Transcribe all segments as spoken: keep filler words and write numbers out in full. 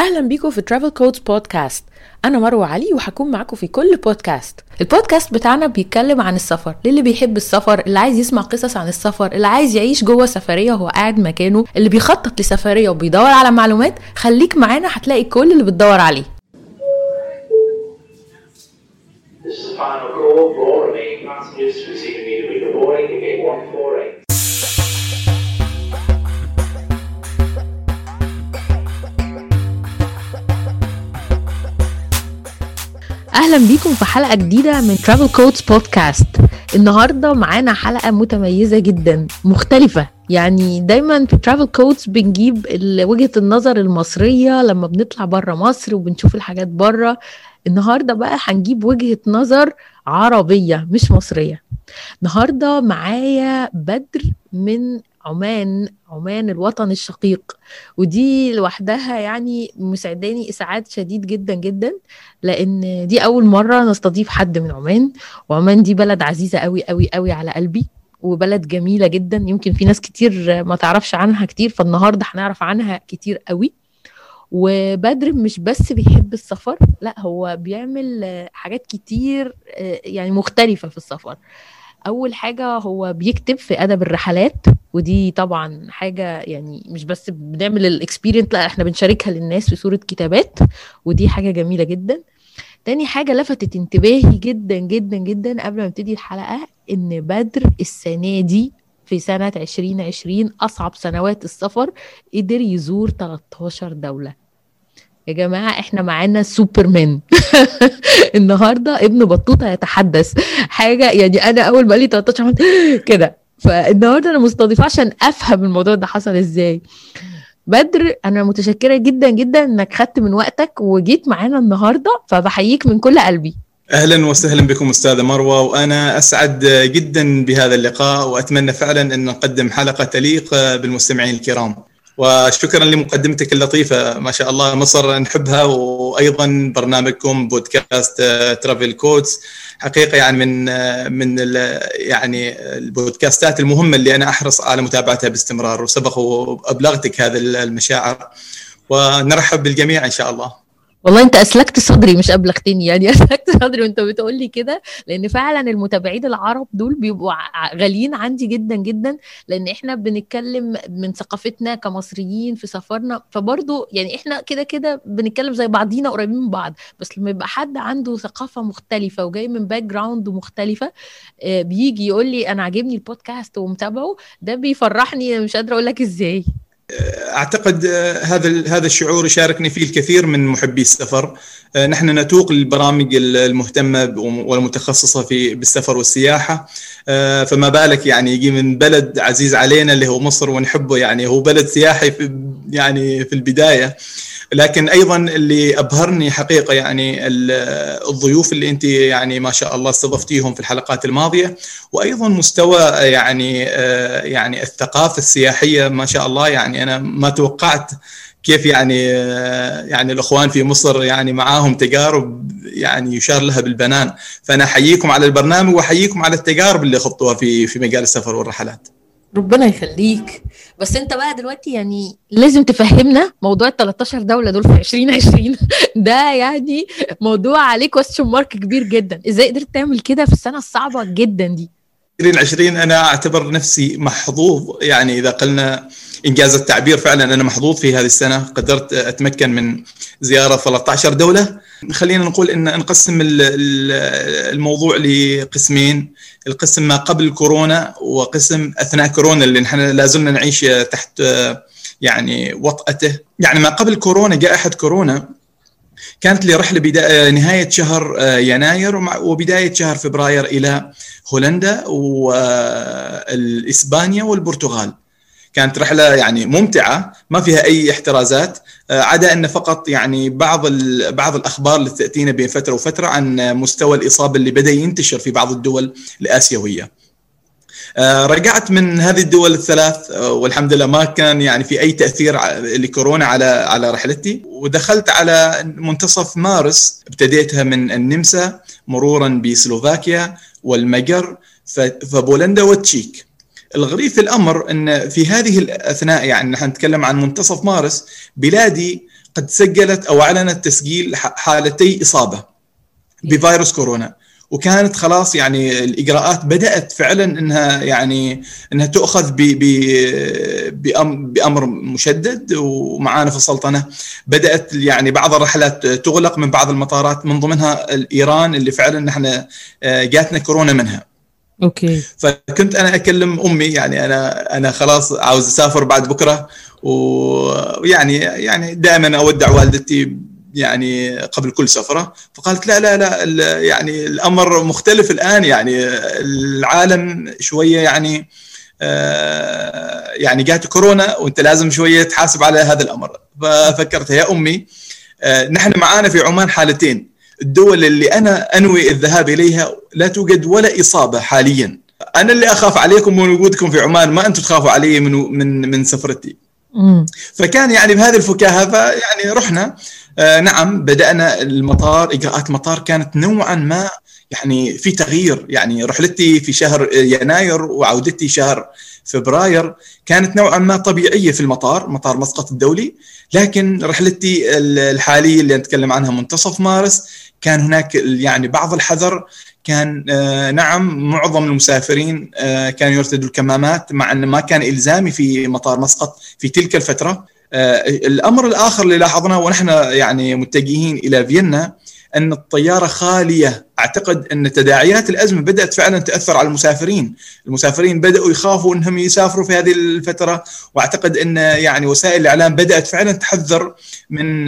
أهلا بيكم في Travel Codes Podcast. أنا مروة علي وهكون معاكم في كل بودكاست. البودكاست بتاعنا بيتكلم عن السفر، للي بيحب السفر، اللي عايز يسمع قصص عن السفر، اللي عايز يعيش جوه سفرية وهو قاعد مكانه، اللي بيخطط لسفرية وبيدور على معلومات. خليك معانا هتلاقي كل اللي بتدور عليه. This is the final call for all remaining passengers to receive immediately the boarding in gate one forty-eight. أهلا بيكم في حلقة جديدة من Travel Codes Podcast. النهاردة معانا حلقة متميزة جدا مختلفة. يعني دايما في Travel Codes بنجيب وجهة النظر المصرية لما بنطلع برا مصر وبنشوف الحاجات برا. النهاردة بقى هنجيب وجهة نظر عربية مش مصرية. النهاردة معايا بدر من عمان عمان الوطن الشقيق، ودي لوحدها يعني مساعداني إسعاد شديد جدا جدا، لأن دي أول مرة نستضيف حد من عمان. وعمان دي بلد عزيزة قوي قوي قوي على قلبي، وبلد جميلة جدا. يمكن في ناس كتير ما تعرفش عنها كتير، فالنهاردة هنعرف عنها كتير قوي. وبدر مش بس بيحب السفر، لا هو بيعمل حاجات كتير يعني مختلفة في السفر. أول حاجة هو بيكتب في أدب الرحلات، ودي طبعا حاجة يعني مش بس بنعمل الاكسبيرينس، لا احنا بنشاركها للناس في صورة كتابات، ودي حاجة جميلة جدا. تاني حاجة لفتت انتباهي جدا جدا جدا قبل ما نبتدي الحلقة، ان بدر السنة دي في سنة عشرين عشرين أصعب سنوات السفر قدر يزور تلتاشر دولة. يا جماعة احنا معانا سوبرمان. النهاردة ابن بطوطة يتحدث حاجة، يعني انا اول ما قال لي تلتاشر عملت كده. فالنهاردة انا مستضيفة عشان افهم الموضوع ده حصل ازاي. بدر انا متشكرة جدا جدا انك خدت من وقتك وجيت معانا النهاردة، فبحييك من كل قلبي. أهلا وسهلا بكم أستاذة مروة، وأنا أسعد جدا بهذا اللقاء، وأتمنى فعلا أن نقدم حلقة تليق بالمستمعين الكرام. وشكرا لمقدمتك اللطيفة، ما شاء الله مصر نحبها، وأيضا برنامجكم بودكاست ترافل كودز حقيقة يعني من من يعني البودكاستات المهمة اللي أنا أحرص على متابعتها باستمرار، وسبق وأبلغتك هذا المشاعر، ونرحب بالجميع إن شاء الله. والله انت اسلكت صدري مش ابلغتني، يعني اسلكت صدري وانت بتقول لي كده، لان فعلا المتابعين العرب دول بيبقوا غاليين عندي جدا جدا، لان احنا بنتكلم من ثقافتنا كمصريين في سفرنا، فبرضه يعني احنا كده كده بنتكلم زي بعضينا قريبين من بعض، بس لما يبقى حد عنده ثقافة مختلفة وجاي من باك جراوند مختلفة بيجي يقول لي انا عاجبني البودكاست ومتابعه، ده بيفرحني مش قادرة اقول لك ازاي. أعتقد هذا هذا الشعور يشاركني فيه الكثير من محبي السفر. نحن نتوق للبرامج المهتمة والمتخصصة في بالسفر والسياحة، فما بالك يعني يجي من بلد عزيز علينا اللي هو مصر ونحبه، يعني هو بلد سياحي في يعني في البداية. لكن أيضا اللي أبهرني حقيقة يعني الضيوف اللي أنت يعني ما شاء الله استضفتيهم في الحلقات الماضية، وأيضا مستوى يعني يعني الثقافة السياحية ما شاء الله. يعني أنا ما توقعت كيف يعني يعني الأخوان في مصر يعني معاهم تجارب يعني يشار لها بالبنان. فأنا أحييكم على البرنامج وأحييكم على التجارب اللي خضتوها في في مجال السفر والرحلات. ربنا يخليك. بس انت بقى دلوقتي يعني لازم تفهمنا موضوع ال تلتاشر دولة دول في عشرين عشرين. ده يعني موضوع عليه question mark كبير جدا. ازاي قدرت تعمل كده في السنة الصعبة جدا دي؟ عشرين عشرين أنا أعتبر نفسي محظوظ، يعني إذا قلنا إنجاز التعبير فعلا أنا محظوظ في هذه السنة. قدرت أتمكن من زيارة ثلاثة عشر دولة. خلينا نقول إن نقسم الموضوع لقسمين: القسم ما قبل كورونا وقسم أثناء كورونا اللي نحن لازلنا نعيش تحت يعني وطأته. يعني ما قبل كورونا، جائحة كورونا كانت لي رحلة بداية نهاية شهر يناير وبداية شهر فبراير إلى هولندا والإسبانيا والبرتغال. كانت رحلة يعني ممتعة ما فيها أي احترازات، عدا أن فقط يعني بعض بعض الأخبار اللي تأتينا بين فترة وفترة عن مستوى الإصابة اللي بدأ ينتشر في بعض الدول الآسيوية. رجعت من هذه الدول الثلاث والحمد لله ما كان يعني في أي تأثير لكورونا على على رحلتي. ودخلت على منتصف مارس، ابتديتها من النمسا مرورا بسلوفاكيا والمجر فبولندا والتشيك. الغريب في الأمر أن في هذه الأثناء يعني نحن نتكلم عن منتصف مارس بلادي قد سجلت أو أعلنت تسجيل حالتي إصابة بفيروس كورونا، وكانت خلاص يعني الإجراءات بدأت فعلا إنها يعني إنها تأخذ بأمر مشدد. ومعانا في السلطنة بدأت يعني بعض الرحلات تغلق من بعض المطارات، من ضمنها إيران اللي فعلا نحن جاتنا كورونا منها. أوكي. فكنت أنا أكلم أمي، يعني أنا أنا خلاص عاوز أسافر بعد بكرة، ويعني يعني دائما أودع والدتي يعني قبل كل سفرة. فقالت لا لا لا يعني الأمر مختلف الآن، يعني العالم شوية يعني آه يعني جات كورونا وانت لازم شوية تحاسب على هذا الأمر. ففكرت يا أمي آه نحن معانا في عمان حالتين، الدول اللي أنا أنوي الذهاب إليها لا توجد ولا إصابة حاليا. أنا اللي أخاف عليكم من وجودكم في عمان، ما أنتم تخافوا علي من من من سفرتي. مم. فكان يعني بهذه الفكاهة فيعني رحنا. آه نعم بدأنا المطار، إجراءات المطار كانت نوعا ما يعني في تغيير. يعني رحلتي في شهر يناير وعودتي شهر فبراير كانت نوعا ما طبيعية في المطار، مطار مسقط الدولي. لكن رحلتي الحالية اللي نتكلم عنها منتصف مارس كان هناك يعني بعض الحذر. كان آه نعم معظم المسافرين آه كانوا يرتدوا الكمامات، مع أن ما كان إلزامي في مطار مسقط في تلك الفترة. آه الأمر الآخر اللي لاحظناه ونحن يعني متجهين إلى فيينا أن الطيارة خالية. أعتقد أن تداعيات الأزمة بدأت فعلا تأثر على المسافرين. المسافرين بدأوا يخافوا أنهم يسافروا في هذه الفترة، وأعتقد أن يعني وسائل الإعلام بدأت فعلا تحذر من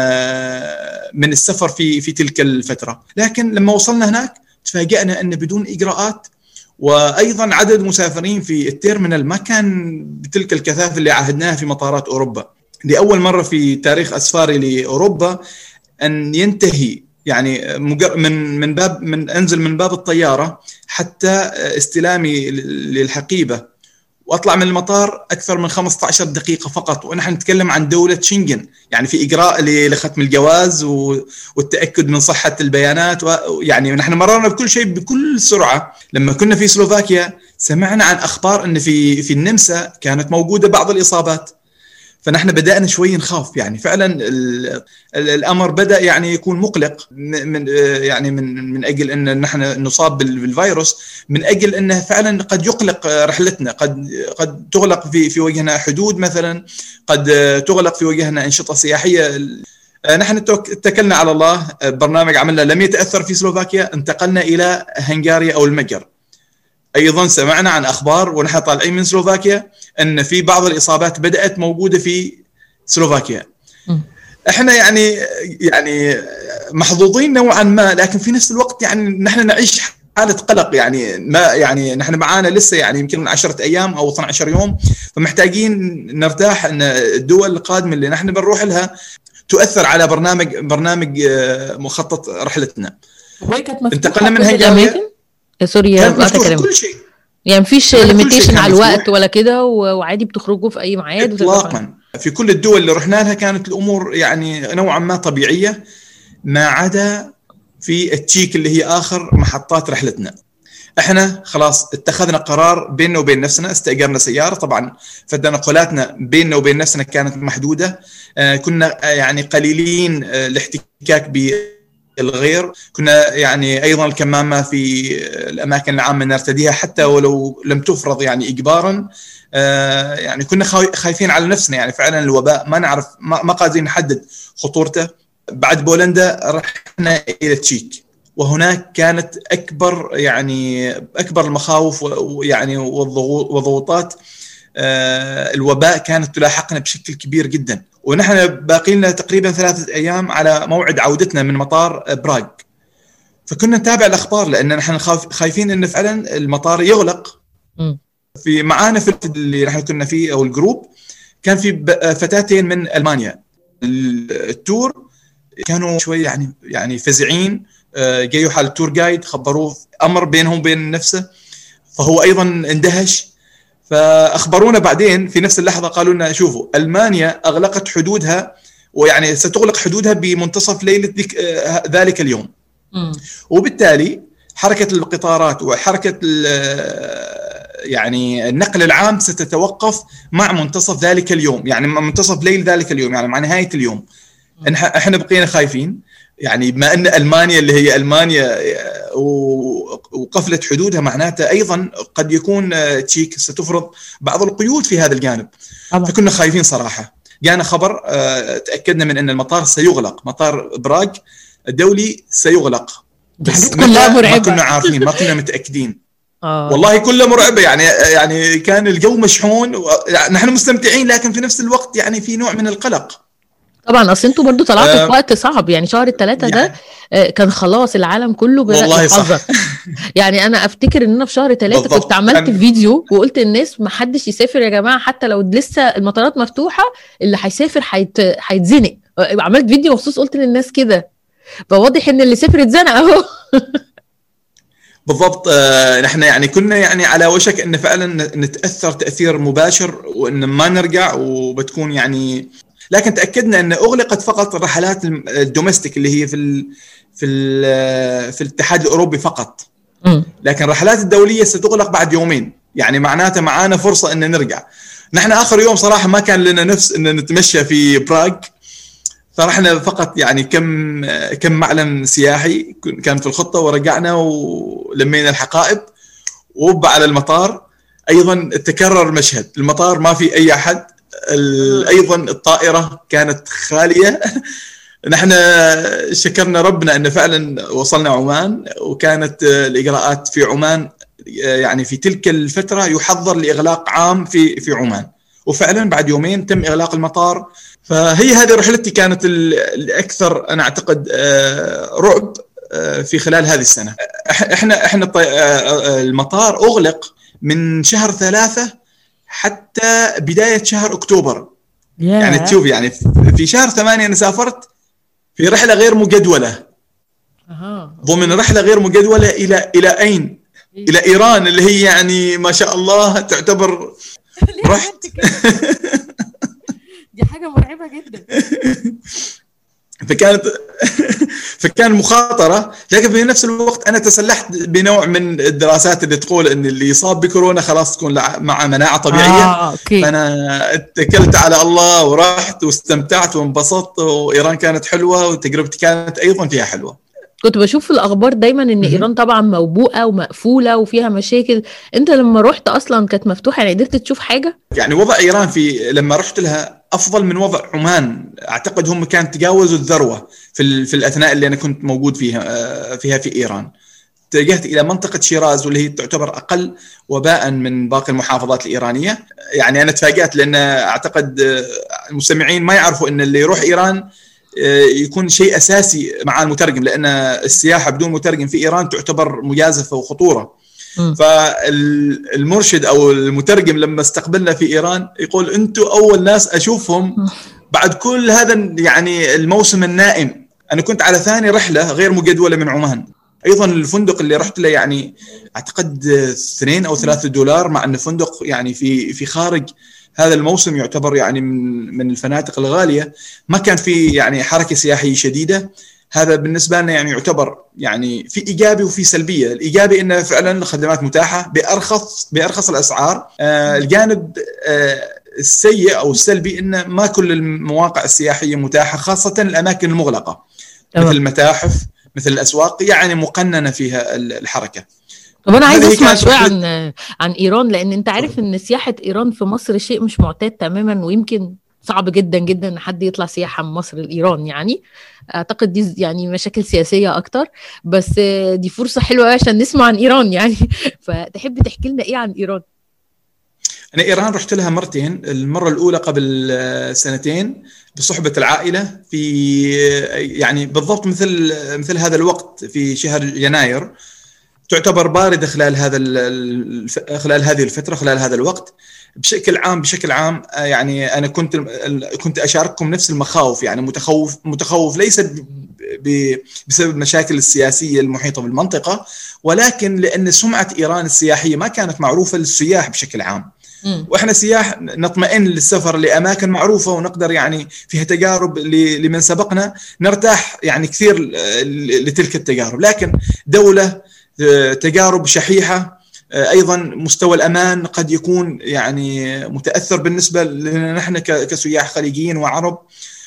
آه من السفر في في تلك الفترة. لكن لما وصلنا هناك تفاجأنا أن بدون إجراءات، وأيضا عدد مسافرين في التيرمينال ما كان بتلك الكثافة اللي عهدناها في مطارات أوروبا. لأول مرة في تاريخ أسفاري لأوروبا أن ينتهي يعني من من باب من أنزل من باب الطيارة حتى استلامي للحقيبة وأطلع من المطار أكثر من خمسة عشر دقيقة فقط، ونحن نتكلم عن دولة شنغن. يعني في إجراء لختم الجواز والتأكد من صحة البيانات، ويعني نحن مررنا بكل شيء بكل سرعة. لما كنا في سلوفاكيا سمعنا عن أخبار أن في في النمسا كانت موجودة بعض الإصابات، فنحن بدأنا شوي نخاف. يعني فعلا الأمر بدأ يعني يكون مقلق من يعني من من أجل أن نحن نصاب بالفيروس، من أجل أنه فعلا قد يقلق رحلتنا، قد قد تغلق في في وجهنا حدود مثلا، قد تغلق في وجهنا أنشطة سياحية. نحن اتكلنا على الله، برنامج عملنا لم يتأثر في سلوفاكيا، انتقلنا إلى هنغاريا أو المجر. أيضا سمعنا عن أخبار ونحن طالعين من سلوفاكيا أن في بعض الإصابات بدأت موجودة في سلوفاكيا. م. إحنا يعني يعني محظوظين نوعا ما، لكن في نفس الوقت يعني نحن نعيش حالة قلق. يعني ما يعني نحن معانا لسه يعني يمكن عشرة أيام أو اثنا عشر يوم، فمحتاجين نرتاح أن الدول القادمة اللي نحن بنروح لها تؤثر على برنامج برنامج مخطط رحلتنا. انتقلنا من هنغاريا. سوري كان كل شيء، يعني مفيش ليميتيشن على الوقت ولا كده، وعادي بتخرجوا في اي ميعاد اطلاقا. في كل الدول اللي رحنا لها كانت الامور يعني نوعا ما طبيعيه، ما عدا في التشيك اللي هي اخر محطات رحلتنا. احنا خلاص اتخذنا قرار بيننا وبين نفسنا، استأجرنا سياره. طبعا فتنقلاتنا بيننا وبين نفسنا كانت محدوده، آه كنا يعني قليلين آه الاحتكاك ب الغير. كنا يعني أيضا الكمامة في الأماكن العامة نرتديها حتى ولو لم تفرض يعني إجبارا. آه يعني كنا خايفين على نفسنا، يعني فعلا الوباء ما نعرف ما قادرين نحدد خطورته. بعد بولندا رحنا إلى التشيك، وهناك كانت أكبر يعني أكبر المخاوف ويعني والضغوطات. آه الوباء كانت تلاحقنا بشكل كبير جدا، ونحن باقي لنا تقريبا ثلاثة أيام على موعد عودتنا من مطار براغ. فكنا نتابع الأخبار لأن نحن خايفين إن فعلا المطار يغلق. م. في معانا في اللي نحن كنا فيه أو الجروب كان في فتاتين من ألمانيا. التور كانوا شوي يعني يعني فزعين، جايوا حال التور جايد خبروه أمر بينهم بين نفسه، فهو أيضا اندهش. فأخبرونا بعدين في نفس اللحظة قالوا لنا شوفوا ألمانيا أغلقت حدودها، ويعني ستغلق حدودها بمنتصف ليلة ذلك اليوم. م. وبالتالي حركة القطارات وحركة يعني النقل العام ستتوقف مع منتصف ذلك اليوم، يعني منتصف ليل ذلك اليوم، يعني مع نهاية اليوم. احنا بقينا خايفين، يعني بما ان المانيا اللي هي المانيا وقفلت حدودها معناتها ايضا قد يكون تشيك ستفرض بعض القيود في هذا الجانب. طبعا. فكنا خايفين صراحه. جانا خبر تاكدنا من ان المطار سيغلق، مطار براغ الدولي سيغلق، بس ما كنا عارفين، ما كنا متاكدين. آه. والله كله مرعبه، يعني يعني كان الجو مشحون ونحن مستمتعين، لكن في نفس الوقت يعني في نوع من القلق. طبعا اصل انتوا برضو طلعتوا آه في وقت صعب، يعني شهر الثلاثة يعني ده آه كان خلاص العالم كله بيحذر. يعني انا افتكر ان انا في شهر ثلاثة كنت عملت كان... فيديو وقلت الناس ما حدش يسافر يا جماعه، حتى لو لسه المطارات مفتوحه اللي هيسافر حيت... هيتزنق. عملت فيديو مخصوص قلت للناس كده، فواضح ان اللي سافر اتزنق اهو. بالضبط. آه نحن يعني كنا يعني على وشك ان فعلا نتاثر تاثير مباشر وان ما نرجع وبتكون يعني، لكن تاكدنا ان اغلقت فقط الرحلات الدومستيك اللي هي في ال في ال في الاتحاد الاوروبي فقط، لكن الرحلات الدوليه ستغلق بعد يومين، يعني معناته معانا فرصه ان نرجع. نحن اخر يوم صراحه ما كان لنا نفس ان نتمشى في براغ، فرحنا فقط يعني كم كم معلم سياحي كان في الخطه ورجعنا ولمينا الحقائب ووب على المطار. ايضا تكرر مشهد، المطار ما في اي احد، ايضا الطائره كانت خاليه. نحن شكرنا ربنا ان فعلا وصلنا عمان، وكانت الاجراءات في عمان يعني في تلك الفتره يحضر لاغلاق عام في في عمان، وفعلا بعد يومين تم اغلاق المطار. فهي هذه رحلتي كانت الاكثر انا اعتقد رعب في خلال هذه السنه. احنا احنا المطار اغلق من شهر ثلاثة حتى بدايه شهر اكتوبر. yeah. يعني تشوف يعني في شهر ثمانية انا سافرت في رحله غير مجدوله. uh-huh. ضمن رحله غير مجدوله الى الى اين؟ الى ايران، اللي هي يعني ما شاء الله تعتبر رحت. دي حاجه مرعبه جدا. فكانت فكان مخاطره، لكن في نفس الوقت انا تسلحت بنوع من الدراسات اللي تقول ان اللي يصاب بكورونا خلاص تكون مع مناعه طبيعيه. آه، فانا اتكلت على الله ورحت واستمتعت وانبسطت، وايران كانت حلوه وتجربتي كانت ايضا فيها حلوه. كنت بشوف في الاخبار دايما ان ايران طبعا موبوءه ومقفوله وفيها مشاكل، انت لما رحت اصلا كانت مفتوحه، يعني قدرت تشوف حاجه؟ يعني وضع ايران في لما رحت لها افضل من وضع عمان، اعتقد هم كانوا تجاوزوا الذروه في في الاثناء اللي انا كنت موجود فيها فيها في ايران. اتجهت الى منطقه شيراز واللي هي تعتبر اقل وباء من باقي المحافظات الايرانيه. يعني انا تفاجأت لان اعتقد المستمعين ما يعرفوا ان اللي يروح ايران يكون شيء أساسي مع المترجم، لأن السياحة بدون مترجم في إيران تعتبر مجازفة وخطورة. م. فالمرشد أو المترجم لما استقبلنا في إيران يقول أنتوا أول ناس أشوفهم بعد كل هذا يعني الموسم النائم. أنا كنت على ثاني رحلة غير مجدولة من عمان. أيضا الفندق اللي رحت له يعني أعتقد اثنين أو ثلاثة دولار، مع أن الفندق يعني في في خارج هذا الموسم يعتبر يعني من من الفنادق الغالية. ما كان في يعني حركة سياحية شديدة. هذا بالنسبة لنا يعني يعتبر يعني في إيجابي وفي سلبية. الإيجابي إنه فعلا الخدمات متاحة بأرخص بأرخص الأسعار. آه الجانب آه السيء أو السلبي إنه ما كل المواقع السياحية متاحة، خاصة الأماكن المغلقة مثل المتاحف مثل الأسواق، يعني مقننة فيها الحركة. طب انا عايز اسمع شويه عن عن ايران، لان انت عارف ان سياحه ايران في مصر شيء مش معتاد تماما، ويمكن صعب جدا جدا ان حد يطلع سياحه من مصر لايران. يعني اعتقد دي يعني مشاكل سياسيه اكتر، بس دي فرصه حلوه عشان نسمع عن ايران يعني. فتحب تحكي لنا ايه عن ايران؟ انا ايران رحت لها مرتين. المره الاولى قبل سنتين بصحبه العائله في يعني بالضبط مثل مثل هذا الوقت في شهر يناير. تعتبر باردة خلال هذا خلال هذه الفترة، خلال هذا الوقت. بشكل عام بشكل عام يعني أنا كنت كنت أشارككم نفس المخاوف، يعني متخوف متخوف ليس بسبب المشاكل السياسية المحيطة بالمنطقة، ولكن لأن سمعة إيران السياحية ما كانت معروفة للسياح بشكل عام. وإحنا سياح نطمئن للسفر لأماكن معروفة ونقدر يعني فيها تجارب لمن سبقنا، نرتاح يعني كثير لتلك التجارب. لكن دولة تجارب شحيحة، أيضا مستوى الأمان قد يكون يعني متأثر بالنسبة لنا نحن كسياح خليجيين وعرب.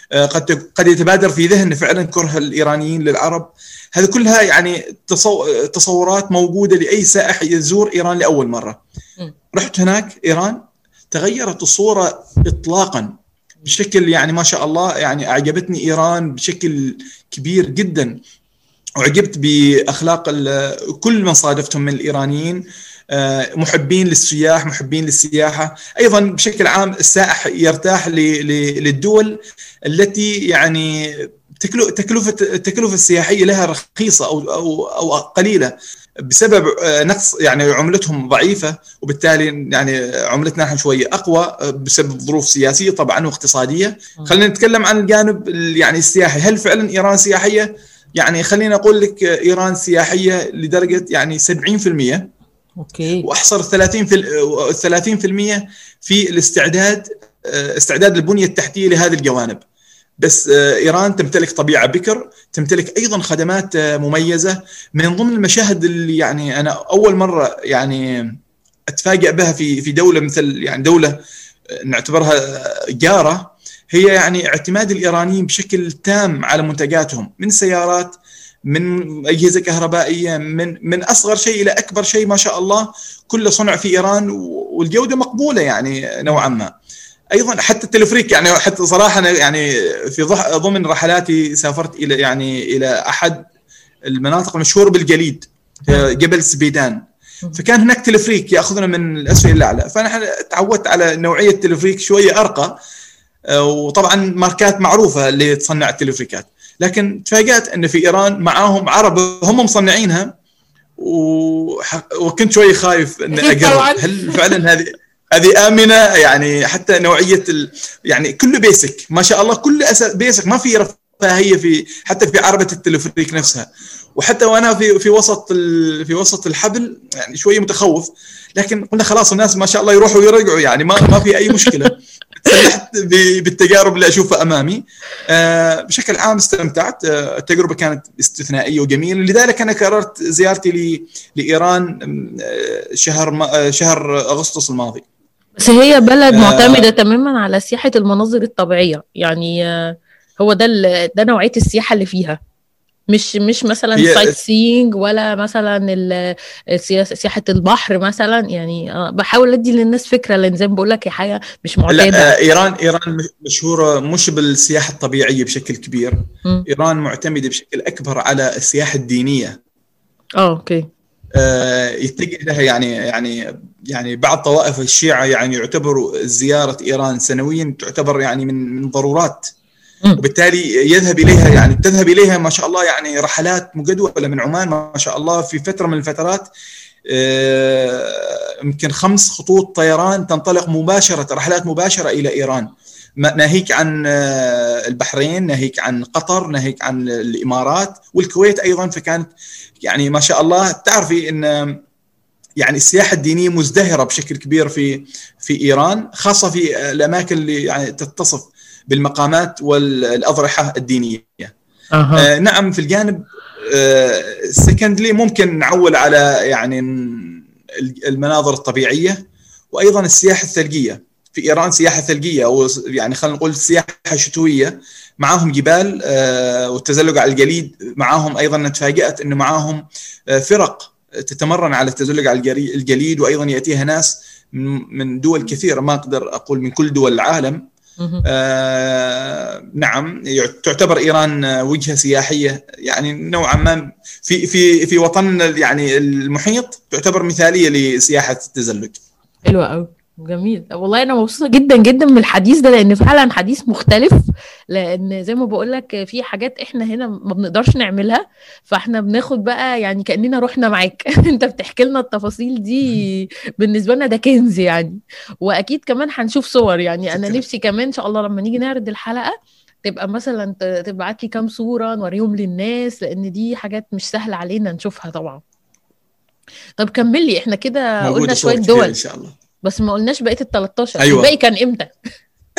قد قد يتبادر في ذهن فعلا كره الإيرانيين للعرب. هذه كلها يعني تصورات موجودة لأي سائح يزور إيران لأول مرة. رحت هناك إيران تغيرت الصورة إطلاقا بشكل يعني ما شاء الله. يعني أعجبتني إيران بشكل كبير جدا، وعجبت بأخلاق كل من صادفتهم من الإيرانيين، محبين للسياح، محبين للسياحة. أيضا بشكل عام السائح يرتاح للدول التي يعني تكلفة التكلفة السياحية لها رخيصة أو أو أو قليلة بسبب نقص يعني عملتهم ضعيفة، وبالتالي يعني عملتنا نحن شوية أقوى بسبب ظروف سياسية طبعا واقتصادية. خلينا نتكلم عن الجانب يعني السياحي. هل فعلا إيران سياحية؟ يعني خلينا أقول لك إيران سياحية لدرجة يعني سبعين بالمئة. أوكي. وأحصر ثلاثين في ثلاثين بالمئة في الاستعداد استعداد البنية التحتية لهذه الجوانب. بس إيران تمتلك طبيعة بكر، تمتلك أيضا خدمات مميزة. من ضمن المشاهد اللي يعني أنا أول مرة يعني أتفاجأ بها في في دولة مثل يعني دولة نعتبرها جارة، هي يعني اعتماد الإيرانيين بشكل تام على منتجاتهم، من سيارات، من أجهزة كهربائية، من من أصغر شيء إلى أكبر شيء ما شاء الله كله صنع في إيران، والجودة مقبولة يعني نوعا ما. أيضا حتى التلفريك يعني حتى صراحة أنا يعني في ضمن رحلاتي سافرت إلى يعني إلى أحد المناطق المشهورة بالجليد جبل سبيدان، فكان هناك تلفريك يأخذنا من الأسفل إلى الأعلى، فأنا تعودت على نوعية تلفريك شوية أرقى، وطبعا ماركات معروفة اللي تصنع التلفريكات. لكن تفاجأت أن في إيران معاهم عرب هم مصنعينها، وكنت شوي خايف أن أقرب هل فعلا هذه هذه آمنة. يعني حتى نوعية ال... يعني كله بيسك ما شاء الله، كله أساس بيسك، ما في رفاهية في حتى في عربة التلفريك نفسها. وحتى وأنا في في وسط ال... في وسط الحبل يعني شوية متخوف، لكن قلنا خلاص الناس ما شاء الله يروحوا ويرجعوا يعني ما ما في أي مشكلة. تسلحت بالتجارب اللي أشوفها أمامي. آه بشكل عام استمتعت. آه التجربة كانت استثنائية وجميلة، لذلك أنا قررت زيارتي لإيران آه شهر ما... شهر أغسطس الماضي. بس هي بلد معتمدة آه تماما على سياحة المناظر الطبيعية، يعني آه هو ده ده نوعية السياحة اللي فيها، مش مش مثلا سايت سينج ولا مثلا سياحة البحر مثلا. يعني بحاول ادي للناس فكرة، لان زي ما بقول لك هي حاجة مش معتادة. ايران ايران مشهورة مش بالسياحة الطبيعية بشكل كبير. م. ايران معتمدة بشكل اكبر على السياحة الدينية. اه اوكي. آه يتجه لها يعني يعني يعني بعض طوائف الشيعة يعني يعتبروا زيارة ايران سنويا تعتبر يعني من من ضرورات، وبالتالي يذهب إليها يعني تذهب إليها ما شاء الله يعني رحلات مجدولة من عمان ما شاء الله. في فترة من الفترات يمكن خمس خطوط طيران تنطلق مباشرة، رحلات مباشرة إلى إيران، ناهيك عن البحرين، ناهيك عن قطر، ناهيك عن الإمارات والكويت أيضا. فكانت يعني ما شاء الله تعرفي إن يعني السياحة الدينية مزدهرة بشكل كبير في في إيران، خاصة في الأماكن اللي يعني تتصف بالمقامات والأضرحة الدينية. أه. آه نعم. في الجانب سكندلي آه ممكن نعول على يعني المناظر الطبيعية، وأيضا السياحة الثلجية. في إيران سياحة ثلجية، أو يعني خلينا نقول سياحة شتوية، معاهم جبال آه والتزلج على الجليد. معاهم أيضا نتفاجأت أنه معاهم آه فرق تتمرن على التزلج على الجليد، وأيضا يأتيها ناس من دول كثيرة، ما أقدر أقول من كل دول العالم. آه نعم. تعتبر إيران وجهة سياحية يعني نوعا ما في في في وطننا يعني المحيط، تعتبر مثالية لسياحة التزلج. حلوة أوي، جميل والله. أنا مبسوطة جدا جدا من الحديث ده، لأن فعلا حديث مختلف. لأن زي ما بقولك في حاجات إحنا هنا ما بنقدرش نعملها، فإحنا بناخد بقى يعني كأننا رحنا معاك. أنت بتحكي لنا التفاصيل دي، بالنسبة لنا ده كنز يعني. وأكيد كمان هنشوف صور. يعني أنا نفسي كمان إن شاء الله لما نيجي نعرض الحلقة تبقى مثلا تبعت لي كام صورة نوريهم للناس، لأن دي حاجات مش سهل علينا نشوفها طبعا. طب كملي، إحنا كده قلنا شوية دول إن شاء الله، بس ما قلناش بقية التلتاشر. أيوة. الباقي كان إمتى؟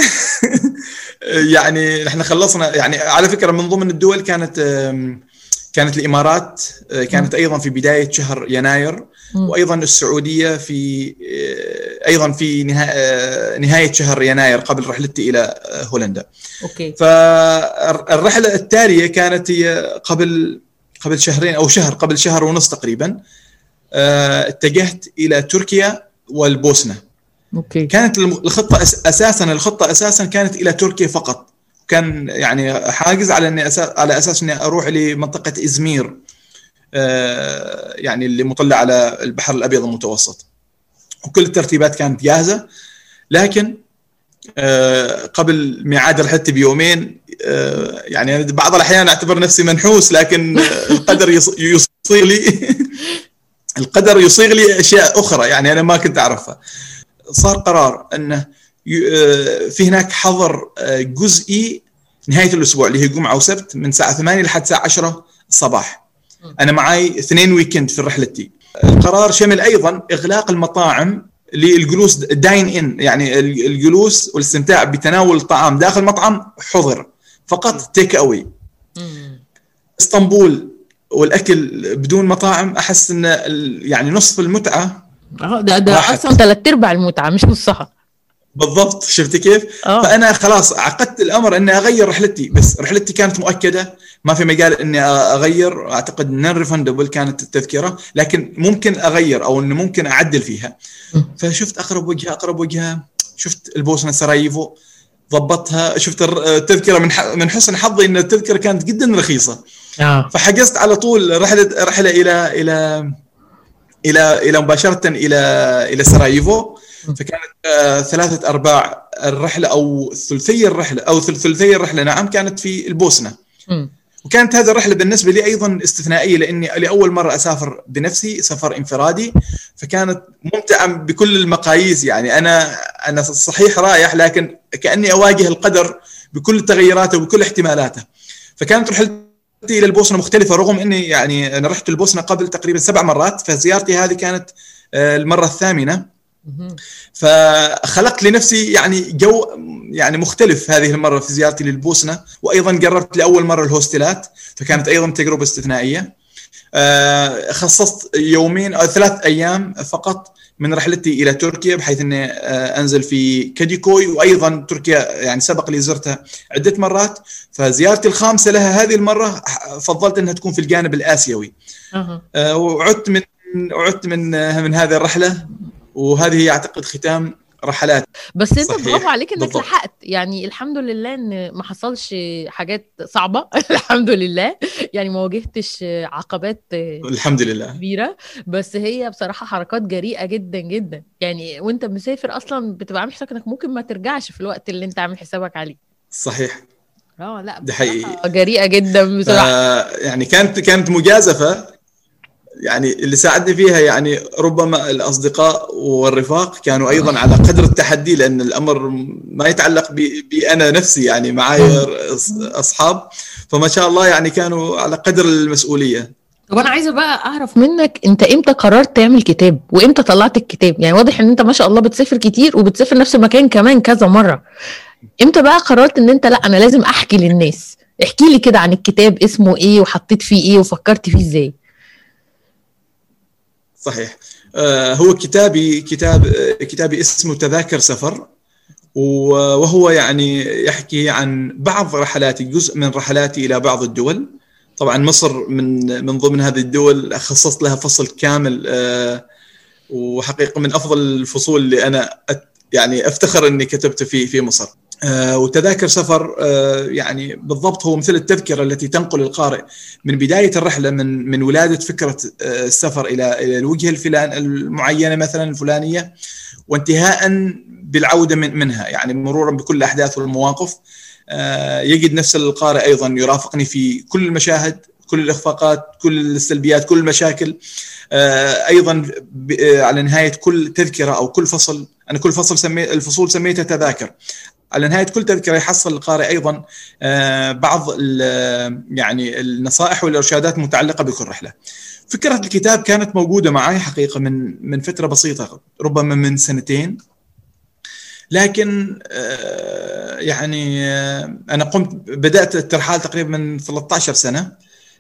يعني احنا خلصنا يعني على فكرة من ضمن الدول كانت كانت الإمارات كانت أيضا في بداية شهر يناير، وأيضا السعودية في أيضا في نهاية شهر يناير قبل رحلتي إلى هولندا. أوكي. فالرحلة التالية كانت هي قبل قبل شهرين أو شهر قبل شهر ونص تقريبا، اتجهت إلى تركيا والبوسنة. أوكي. كانت الخطة أساسا الخطة أساسا كانت إلى تركيا فقط، كان يعني حاجز على اني أساس على اساس اني اروح لمنطقه ازمير، آه يعني اللي مطلع على البحر الابيض المتوسط، وكل الترتيبات كانت جاهزه. لكن آه قبل ميعاد رحلتي بيومين، آه يعني بعض الاحيان اعتبر نفسي منحوس، لكن القدر يصيغ لي القدر يصيغ لي اشياء اخرى يعني انا ما كنت اعرفها. صار قرار انه في هناك حظر جزئي نهاية الأسبوع اللي هي جمعة وسبت من الساعة ثمانية لحد الساعة عشرة الصباح. أنا معي اثنين ويكند في رحلتي. القرار شمل أيضا إغلاق المطاعم للجلوس داين إن، يعني الجلوس والاستمتاع بتناول الطعام داخل المطعم حظر، فقط تيك أوي. اسطنبول والأكل بدون مطاعم أحس إن يعني نصف المتعة. ده ده أصلا ثلاث أرباع المتعة مش نصها. بالضبط، شفت كيف؟ أوه. فأنا خلاص عقدت الأمر أني أغير رحلتي، بس رحلتي كانت مؤكدة، ما في مجال أني أغير. أعتقد نون ريفندبل كانت التذكرة، لكن ممكن أغير أو أنه ممكن أعدل فيها. فشفت أقرب وجهة أقرب وجهة شفت البوسنة سراييفو، ضبطها. شفت التذكرة من من حسن حظي أن التذكرة كانت جدا رخيصة. أوه. فحجزت على طول رحلة رحلة إلى إلى إلى إلى مباشرة إلى إلى سراييفو. فكانت آه ثلاثة أرباع الرحلة أو ثلثي الرحلة أو ثلثي الرحلة نعم كانت في البوسنة. م. وكانت هذه الرحلة بالنسبة لي أيضا استثنائية، لأني لأول مرة أسافر بنفسي سفر انفرادي، فكانت ممتعة بكل المقاييس. يعني أنا أنا صحيح رايح، لكن كأني أواجه القدر بكل تغيراته وبكل احتمالاته. فكانت رحلتي إلى البوسنة مختلفة، رغم أني يعني أنا رحت البوسنة قبل تقريبا سبع مرات، فزيارتي هذه كانت آه المرة الثامنة. فخلقت لنفسي يعني جو يعني مختلف هذه المرة في زيارتي للبوسنة، وأيضا قررت لأول مرة الهوستلات، فكانت أيضا تجربة استثنائية. خصصت يومين أو ثلاث أيام فقط من رحلتي إلى تركيا، بحيث أني أنزل في كاديكوي، وأيضا تركيا يعني سبق لي زرتها عدة مرات، فزيارتي الخامسة لها هذه المرة فضلت أنها تكون في الجانب الآسيوي. أه. وعدت من وعدت من من هذه الرحلة، وهذه هي أعتقد ختام رحلات. بس انت برافو عليك انك بالضبط. لحقت يعني الحمد لله ان ما حصلش حاجات صعبة الحمد لله، يعني ما واجهتش عقبات الحمد لله كبيرة، بس هي بصراحة حركات جريئة جدا جدا. يعني وانت مسافر اصلا بتبقى عامل حسابك انك ممكن ما ترجعش في الوقت اللي انت عامل حسابك عليه. صحيح. اه لا ده حقيقي جريئة جدا بصراحة. يعني كانت كانت مجازفة، يعني اللي ساعدني فيها يعني ربما الأصدقاء والرفاق كانوا أيضا على قدر التحدي، لأن الأمر ما يتعلق بي أنا نفسي، يعني معايا أصحاب، فما شاء الله يعني كانوا على قدر المسؤولية. طب أنا عايزة بقى أعرف منك أنت إمتى قررت تعمل كتاب وإمتى طلعت الكتاب؟ يعني واضح أن أنت ما شاء الله بتسافر كتير وبتسافر نفس المكان كمان كذا مرة. إمتى بقى قررت أن أنت لا أنا لازم أحكي للناس؟ احكي لي كده عن الكتاب، اسمه إيه وحطيت فيه إيه وفكرت فيه إزاي؟ صحيح. آه هو كتابي كتاب آه كتابي اسمه تذاكر سفر، وهو يعني يحكي عن بعض رحلاتي، جزء من رحلاتي إلى بعض الدول. طبعا مصر من من ضمن هذه الدول، خصصت لها فصل كامل، آه وحقيقة من أفضل الفصول اللي أنا يعني أفتخر أني كتبت فيه في مصر. آه وتذاكر سفر آه يعني بالضبط هو مثل التذكرة التي تنقل القارئ من بداية الرحلة، من من ولادة فكرة آه السفر إلى إلى الوجهة الفلان المعينة مثلا الفلانية، وانتهاء بالعودة من منها، يعني مرورا بكل الأحداث والمواقف. آه يجد نفس القارئ أيضا يرافقني في كل المشاهد، كل الإخفاقات، كل السلبيات، كل المشاكل. آه أيضا على نهاية كل تذكرة أو كل فصل، أنا كل فصل سمي الفصول سميتها تذاكر، على نهاية كل تذكرة يحصل القارئ أيضا آه بعض يعني النصائح والإرشادات المتعلقة بكل رحلة. فكرة الكتاب كانت موجودة معي حقيقة من من فترة بسيطة، ربما من سنتين، لكن آه يعني آه أنا قمت بدأت الترحال تقريبا من ثلاثة عشر سنة،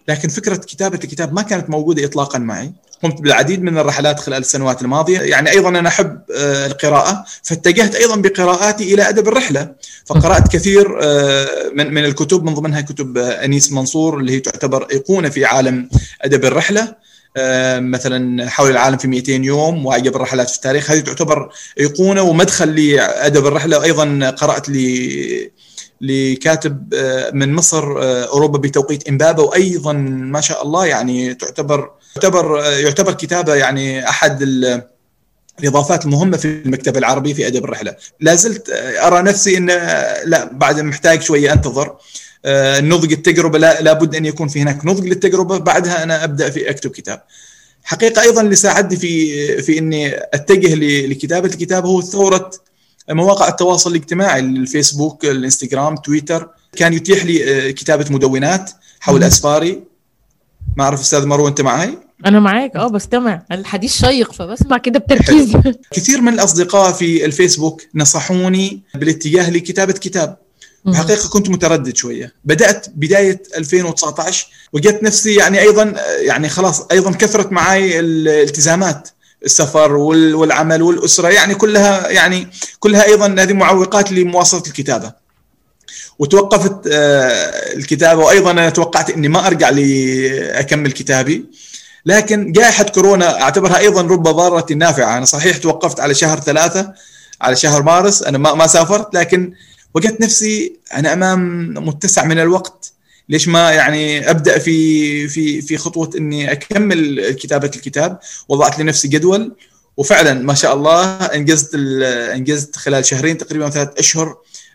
لكن فكرة كتابة الكتاب ما كانت موجودة إطلاقا معي. قمت بالعديد من الرحلات خلال السنوات الماضية. يعني أيضا أنا أحب القراءة، فاتجهت أيضا بقراءاتي إلى أدب الرحلة، فقرأت كثير من من الكتب، من ضمنها كتب أنيس منصور اللي هي تعتبر أيقونة في عالم أدب الرحلة، مثلا حول العالم في مئتين يوم وأعجب الرحلات في التاريخ، هذه تعتبر أيقونة ومدخل لأدب الرحلة. وأيضا قرأت لي لكاتب من مصر أوروبا بتوقيت إمبابة، وأيضا ما شاء الله يعني تعتبر يعتبر يعتبر كتابة يعني أحد الإضافات المهمة في المكتبة العربية في أدب الرحلة. لازلت أرى نفسي إن لا، بعد محتاج شوية أنتظر نضج التجربة، لا لابد أن يكون في هناك نضج للتجربة، بعدها أنا أبدأ في أكتب كتاب. حقيقة أيضا اللي ساعدني في في إني أتجه لكتابة الكتاب هو ثورة مواقع التواصل الاجتماعي، الفيسبوك، الانستغرام، تويتر، كان يتيح لي كتابة مدونات حول أسفاري. ما أعرف أستاذ مروة أنت معي؟ أنا معاك، أه بستمع، الحديث شيق فبسمع كده بتركيز. كثير من الأصدقاء في الفيسبوك نصحوني بالاتجاه لكتابة كتاب. بحقيقة كنت متردد شوية. بدأت بداية ألفين وتسعة عشر وجدت نفسي يعني أيضا يعني خلاص أيضا كثرت معي الالتزامات، السفر والعمل والأسرة، يعني كلها يعني كلها أيضا هذه معوقات لمواصلة الكتابة. وتوقفت الكتابة، وأيضا أنا توقعت إني ما أرجع لأكمل كتابي. لكن جائحة كورونا أعتبرها أيضا رب ضارة نافعة. أنا صحيح توقفت على شهر ثلاثة، على شهر مارس، أنا ما ما سافرت، لكن وجدت نفسي أنا أمام متسع من الوقت، ليش ما يعني أبدأ في في في خطوة إني أكمل كتابة الكتاب. وضعت لنفسي جدول، وفعلا ما شاء الله انجزت انجزت خلال شهرين تقريبا ثلاث أشهر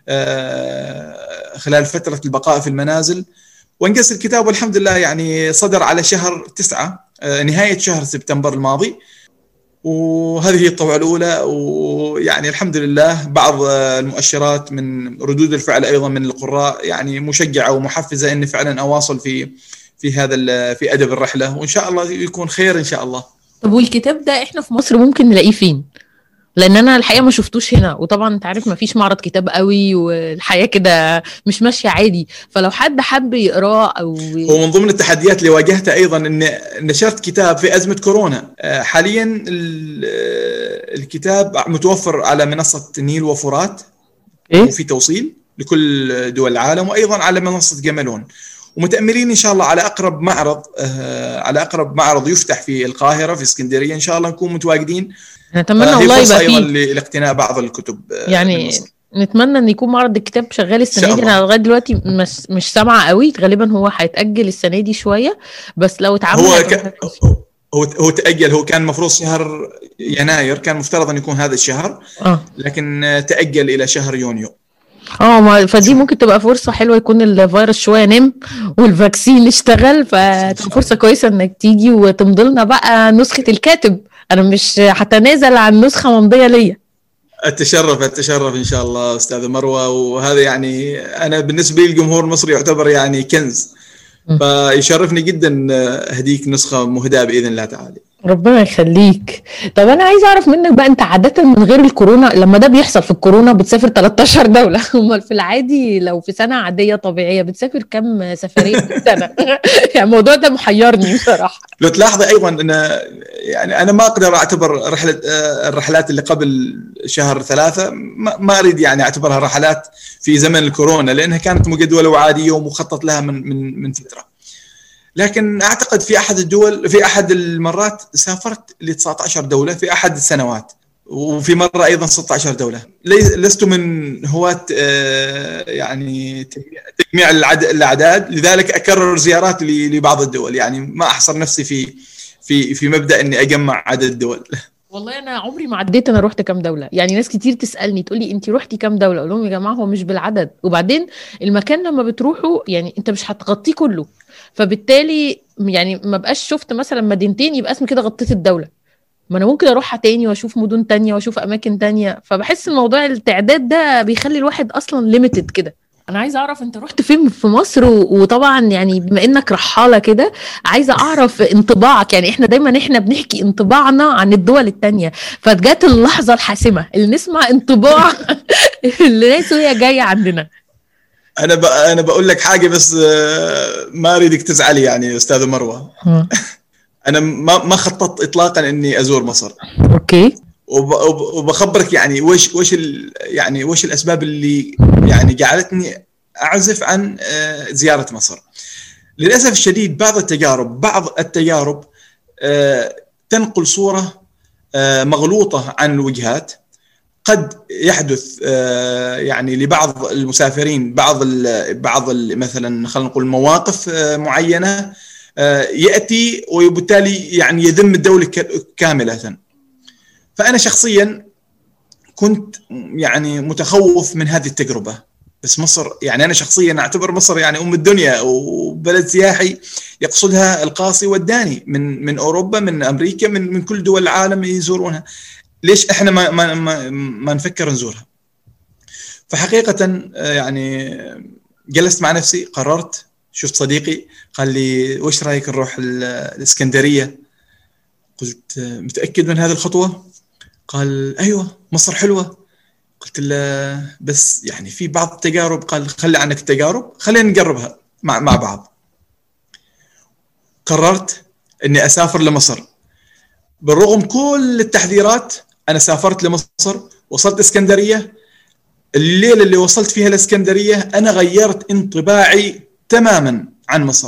خلال فترة البقاء في المنازل، وانجزت الكتاب والحمد لله. يعني صدر على شهر تسعة، نهاية شهر سبتمبر الماضي، وهذه هي الطبعة الأولى. ويعني الحمد لله بعض المؤشرات من ردود الفعل أيضا من القراء يعني مشجعة ومحفزة إني فعلا أواصل في في هذا في أدب الرحلة، وإن شاء الله يكون خير إن شاء الله. طب والكتاب ده إحنا في مصر ممكن نلاقيه فين؟ لأن أنا الحقيقة ما شفتوش هنا، وطبعا أنت عارف ما فيش معرض كتاب قوي، والحياة كده مش ماشية عادي. فلو حد حب يقراه أو هو من ضمن التحديات اللي واجهتها أيضا إن نشرت كتاب في أزمة كورونا. حاليا الكتاب متوفر على منصة نيل وفرات، إيه؟ وفي توصيل لكل دول العالم، وأيضا على منصة جملون. ومتأملين إن شاء الله على أقرب معرض على أقرب معرض يفتح في القاهرة في اسكندرية إن شاء الله نكون متواجدين. نتمنى والله يبقى فيه لاقتناء بعض الكتب يعني. نتمنى ان يكون معرض الكتاب شغال السنه دي. انا لغايه دلوقتي مش مش سامعه قوي، غالبا هو هيتاجل السنه دي شويه، بس لو اتعمل هو ك... هو هو تاجل. هو كان المفروض شهر يناير، كان مفترض ان يكون هذا الشهر، آه. لكن تاجل الى شهر يونيو. اه فدي ممكن تبقى فرصه حلوه، يكون الفيروس شويه نام والفاكسين اشتغل، فتبقى فرصه كويسه انك تيجي وتمضي لنا بقى نسخه الكاتب. انا مش هتنازل عن نسخه ممضيه ليا. التشرف التشرف ان شاء الله استاذه مروه. وهذا يعني انا بالنسبه لي الجمهور المصري يعتبر يعني كنز، فيشرفني جدا اهديك نسخه مهداه باذن الله تعالى. ربنا يخليك. طب انا عايز اعرف منك بقى، انت عاده من غير الكورونا لما ده بيحصل في الكورونا بتسافر ثلاثة عشر دوله، امال في العادي لو في سنه عاديه طبيعيه بتسافر كم سفريه في السنه؟ يعني الموضوع ده محيرني بصراحه. لو تلاحظي ايضا ان يعني انا ما اقدر اعتبر رحله الرحلات اللي قبل شهر ثلاثة ما اريد يعني اعتبرها رحلات في زمن الكورونا، لانها كانت مجدوله وعاديه ومخطط لها من من من فتره. لكن أعتقد في أحد الدول في أحد المرات سافرت ل تسعة عشر دولة في أحد السنوات، وفي مرة أيضا ستة عشر دولة. لست من هواة يعني تجميع الأعداد، لذلك أكرر زيارات لبعض الدول. يعني ما أحصر نفسي في في في مبدأ إني أجمع عدد الدول. والله أنا عمري ما عديت أنا رحت كم دولة. يعني ناس كتير تسألني تقولي أنتي رحتي كم دولة، أقول لهم يا جماعة هو مش بالعدد، وبعدين المكان لما بتروحوا يعني أنت مش هتغطيه كله، فبالتالي يعني ما بقاش شفت مثلا مدينتين يبقى اسمي كده غطيت الدولة. ما أنا ممكن أروحها تاني وأشوف مدن تانية وأشوف أماكن تانية، فبحس الموضوع التعداد ده بيخلي الواحد أصلا ليميتد كده. أنا عايزة أعرف أنت رحت فين في مصر، وطبعا يعني بما إنك رحالة كده عايزة أعرف انطباعك. يعني إحنا دايما إحنا بنحكي انطباعنا عن الدول التانية، فجات اللحظة الحاسمة اللي نسمع انطباع الناس وهي جاية عندنا. انا ب... انا بقول لك حاجه بس ما اريدك تزعلي يعني استاذه مروه. انا ما ما خططت اطلاقا اني ازور مصر. اوكي. وب... وبخبرك يعني وش وش ال... يعني وش الاسباب اللي يعني جعلتني اعزف عن زياره مصر. للاسف الشديد بعض التجارب بعض التجارب تنقل صوره مغلوطه عن الوجهات. قد يحدث يعني لبعض المسافرين بعض ال بعض ال مثلا خلينا نقول مواقف معينه ياتي وبالتالي يعني يذم الدوله كامله. فانا شخصيا كنت يعني متخوف من هذه التجربه. بس مصر يعني انا شخصيا اعتبر مصر يعني ام الدنيا وبلد سياحي يقصدها القاصي والداني من من اوروبا من امريكا من من كل دول العالم يزورونها. ليش احنا ما ما ما, ما نفكر نزورها؟ فحقيقه يعني جلست مع نفسي قررت. شفت صديقي قال لي وش رايك نروح الاسكندريه؟ قلت متاكد من هذه الخطوه؟ قال ايوه مصر حلوه. قلت له بس يعني في بعض التجارب. قال خلي عنك التجارب خلينا نقربها مع مع بعض. قررت اني اسافر لمصر بالرغم كل التحذيرات. انا سافرت لمصر وصلت اسكندريه. الليله اللي وصلت فيها الاسكندريه انا غيرت انطباعي تماما عن مصر.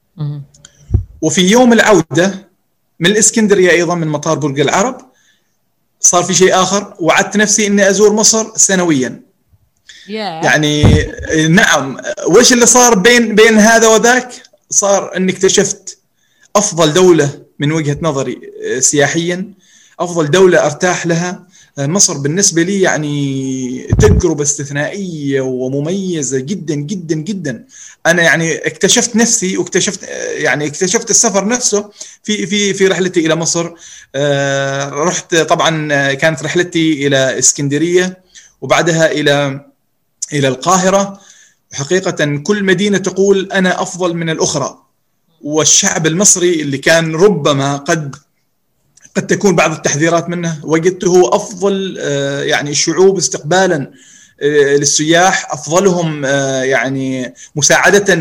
وفي يوم العوده من الاسكندريه ايضا من مطار برج العرب صار في شيء آخر. وعدت نفسي إني أزور مصر سنويا. yeah. يعني نعم. وش اللي صار بين بين هذا وذاك؟ صار إني اكتشفت أفضل دولة من وجهة نظري سياحيا. أفضل دولة أرتاح لها مصر بالنسبة لي. يعني تجربة استثنائية ومميزة جدا جدا جدا. أنا يعني اكتشفت نفسي واكتشفت يعني اكتشفت السفر نفسه في في في رحلتي إلى مصر. آه رحت طبعا كانت رحلتي إلى اسكندرية وبعدها إلى إلى القاهرة. وحقيقة كل مدينة تقول أنا أفضل من الأخرى. والشعب المصري اللي كان ربما قد قد تكون بعض التحذيرات منه وجدته أفضل يعني الشعوب استقبالا للسياح. أفضلهم يعني مساعدة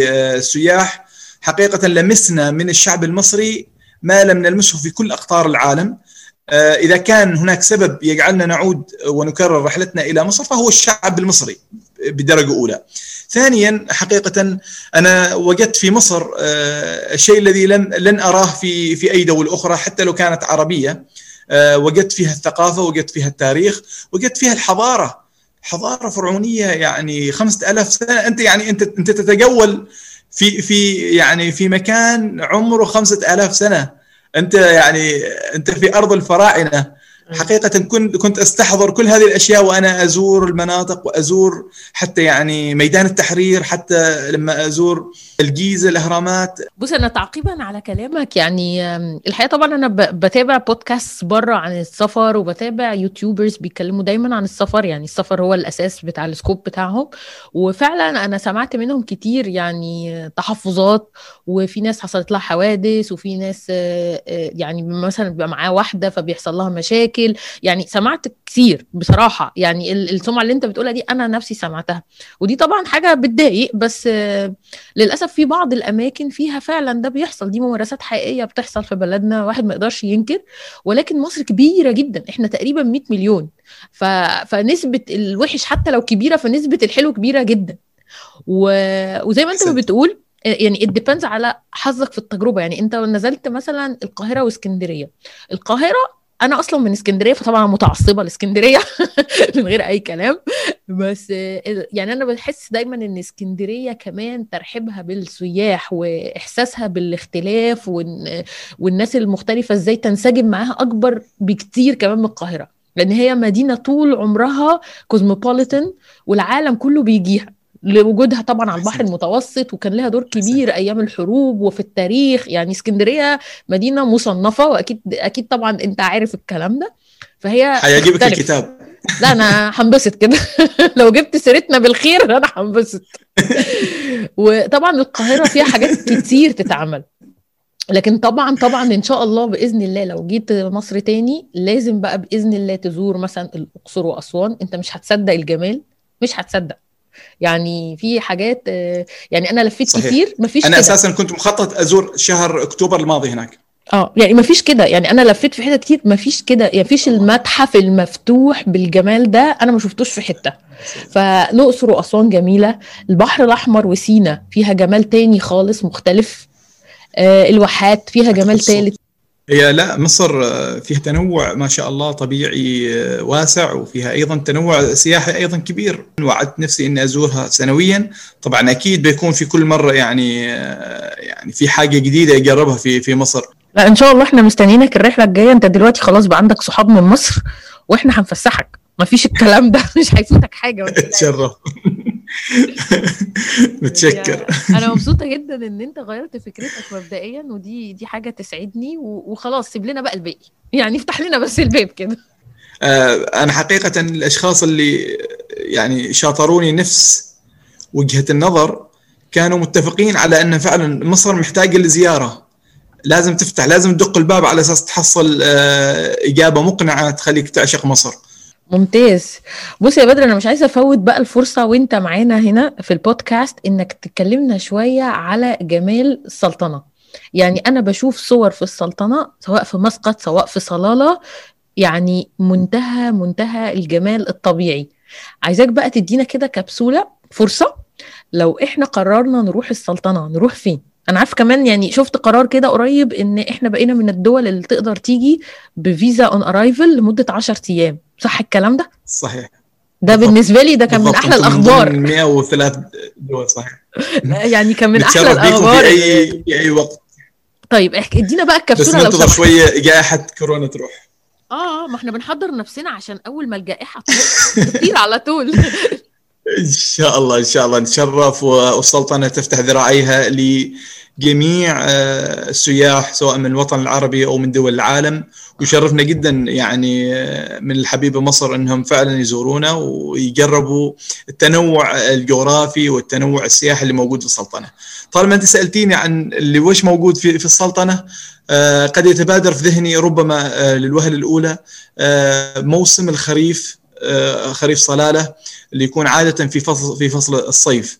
للسياح. حقيقة لمسنا من الشعب المصري ما لم نلمسه في كل أقطار العالم. إذا كان هناك سبب يجعلنا نعود ونكرر رحلتنا إلى مصر فهو الشعب المصري بدرجة أولى. ثانيا حقيقة أنا وجدت في مصر الشيء الذي لن لن أراه في في أي دولة أخرى حتى لو كانت عربية. وجدت فيها الثقافة وجدت فيها التاريخ وجدت فيها الحضارة. حضارة فرعونية يعني خمسة آلاف سنة. أنت يعني أنت أنت تتجول في في يعني في مكان عمره خمسة آلاف سنة. أنت يعني أنت في أرض الفراعنة. حقيقة كنت كنت أستحضر كل هذه الأشياء وأنا أزور المناطق وأزور حتى يعني ميدان التحرير حتى لما أزور الجيزة الأهرامات. بص أنا تعقيبا على كلامك يعني الحقيقة طبعا أنا بتابع بودكاست برا عن السفر وبتابع يوتيوبرز بيتكلموا دايما عن السفر. يعني السفر هو الأساس بتاع السكوب بتاعهم. وفعلا أنا سمعت منهم كتير يعني تحفظات وفي ناس حصلت لها حوادث وفي ناس يعني مثلا بيبقى معاه واحدة فبيحصل لها مشاكل. يعني سمعت كتير بصراحة. يعني السمعة اللي انت بتقولها دي انا نفسي سمعتها ودي طبعا حاجة بتضايق. بس للأسف في بعض الاماكن فيها فعلا ده بيحصل. دي ممارسات حقيقية بتحصل في بلدنا واحد ما يقدرش ينكر. ولكن مصر كبيرة جدا. احنا تقريبا مية مليون. ف... فنسبة الوحش حتى لو كبيرة فنسبة الحلو كبيرة جدا. و... وزي ما انت بتقول يعني it depends على حظك في التجربة. يعني انت نزلت مثلا القاهرة واسكندرية. القاهرة انا اصلا من اسكندريه فطبعا متعصبه لاسكندريه من غير اي كلام. بس يعني انا بحس دايما ان اسكندريه كمان ترحيبها بالسياح واحساسها بالاختلاف والناس المختلفه ازاي تنسجم معاها اكبر بكتير كمان من القاهره. لان هي مدينه طول عمرها كوزموبوليتان والعالم كله بيجيها لوجودها طبعا على البحر المتوسط. وكان لها دور كبير ايام الحروب وفي التاريخ. يعني اسكندريه مدينه مصنفه واكيد اكيد طبعا انت عارف الكلام ده. فهي هيجيبك الكتاب. لا انا هنبسط كده لو جبت سيرتنا بالخير انا هنبسط. وطبعا القاهره فيها حاجات كتير تتعمل. لكن طبعا طبعا ان شاء الله باذن الله لو جيت مصر تاني لازم بقى باذن الله تزور مثلا الاقصر واسوان. انت مش هتصدق الجمال. مش هتصدق يعني في حاجات يعني انا لفيت صحيح. كتير مفيش انا كده. اساسا كنت مخطط ازور شهر اكتوبر الماضي هناك. اه يعني مفيش كده، يعني انا لفيت في حتت كتير مفيش كده، يعني مفيش المتحف المفتوح بالجمال ده انا ما شفتوش في حته. فالاقصر واسوان جميله، البحر الاحمر وسينا فيها جمال تاني خالص مختلف، آه الواحات فيها جمال ثالث. هي لا مصر فيها تنوع ما شاء الله طبيعي واسع، وفيها أيضا تنوع سياحي أيضا كبير. وعدت نفسي إني أزورها سنويا، طبعا أكيد بيكون في كل مرة يعني يعني في حاجة جديدة أجربها في في مصر. لا إن شاء الله إحنا مستنيينك الرحلة الجاية. أنت دلوقتي خلاص بقى عندك صحاب من مصر وإحنا هنفسحك، مفيش الكلام ده، مش هيفوتك حاجة. تشرف. متشكر. انا مبسوطه جدا ان انت غيرت فكرتك مبدئيا، ودي دي حاجه تسعدني. وخلاص سيب لنا بقى الباقي، يعني افتح لنا بس الباب كده. انا حقيقه الاشخاص اللي يعني شاطروني نفس وجهه النظر كانوا متفقين على ان فعلا مصر محتاجه لزياره، لازم تفتح، لازم تدق الباب على اساس تحصل اجابه مقنعه تخليك تعشق مصر. ممتاز. بص يا بدر، انا مش عايزه افوت بقى الفرصه وانت معانا هنا في البودكاست انك تكلمنا شويه على جمال السلطنه. يعني انا بشوف صور في السلطنه سواء في مسقط سواء في صلاله، يعني منتهى منتهى الجمال الطبيعي. عايزاك بقى تدينا كده كبسوله فرصه، لو احنا قررنا نروح السلطنه نروح فين؟ انا عارف كمان يعني شفت قرار كده قريب ان احنا بقينا من الدول اللي تقدر تيجي بفيزا اون ارايفل لمده عشرة ايام، صح الكلام ده؟ صحيح. ده بالنسبه لي ده كان من احلى الاخبار. من مئة وثلاث دول صحيح. يعني كان من احلى الاخبار في اي في اي وقت. طيب احكي ادينا بقى الكبسوله لو سمحت. بس شويه جائحه كورونا تروح. اه ما احنا بنحضر نفسنا عشان اول ما الجائحه تطير على طول. إن شاء الله إن شاء الله نتشرف، والسلطنة تفتح ذراعيها لجميع السياح سواء من الوطن العربي أو من دول العالم. ويشرفنا جدا يعني من الحبيبة مصر أنهم فعلا يزورونا ويجربوا التنوع الجغرافي والتنوع السياحي اللي موجود في السلطنة. طالما أنت سألتيني عن اللي وش موجود في في السلطنة، قد يتبادر في ذهني ربما للوهلة الأولى موسم الخريف، خريف صلالة اللي يكون عادة في فصل في فصل الصيف.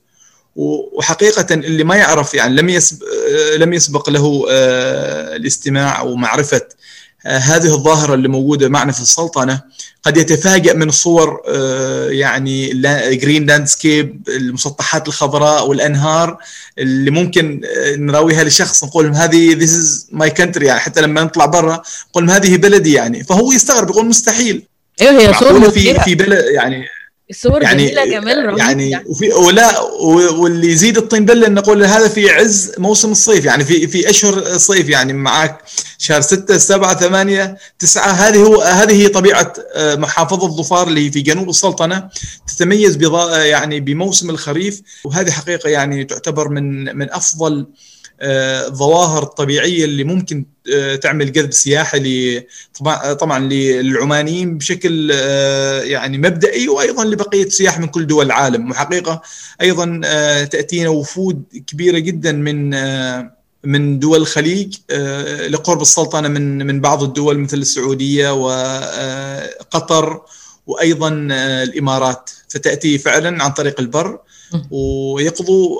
وحقيقة اللي ما يعرف يعني لم يسبق لم يسبق له الاستماع أو معرفة هذه الظاهرة اللي موجودة معنا في السلطنة، قد يتفاجأ من الصور يعني جرين لاندسكيب، المسطحات الخضراء والأنهار اللي ممكن نراويها لشخص نقول هذه this is my country، يعني حتى لما نطلع برا نقول هذه بلدي، يعني فهو يستغرب يقول مستحيل. ايه هي صور في في بلد يعني الصور يعني جميله جمال رهيب يعني, يعني. وفي ولا واللي يزيد الطين بله نقول هذا في عز موسم الصيف، يعني في في اشهر الصيف، يعني معك شهر ستة سبعة ثمانية تسعة. هذه هو هذه هي طبيعه محافظه ظفار اللي في جنوب السلطنه، تتميز يعني بموسم الخريف. وهذه حقيقه يعني تعتبر من من افضل الظواهر الطبيعيه اللي ممكن تعمل جذب سياحي طبعا للعمانيين بشكل يعني مبدئي، وايضا لبقيه السياح من كل دول العالم. وحقيقه ايضا تاتينا وفود كبيره جدا من من دول الخليج لقرب السلطنه من من بعض الدول مثل السعوديه وقطر وايضا الامارات، فتاتي فعلا عن طريق البر ويقضوا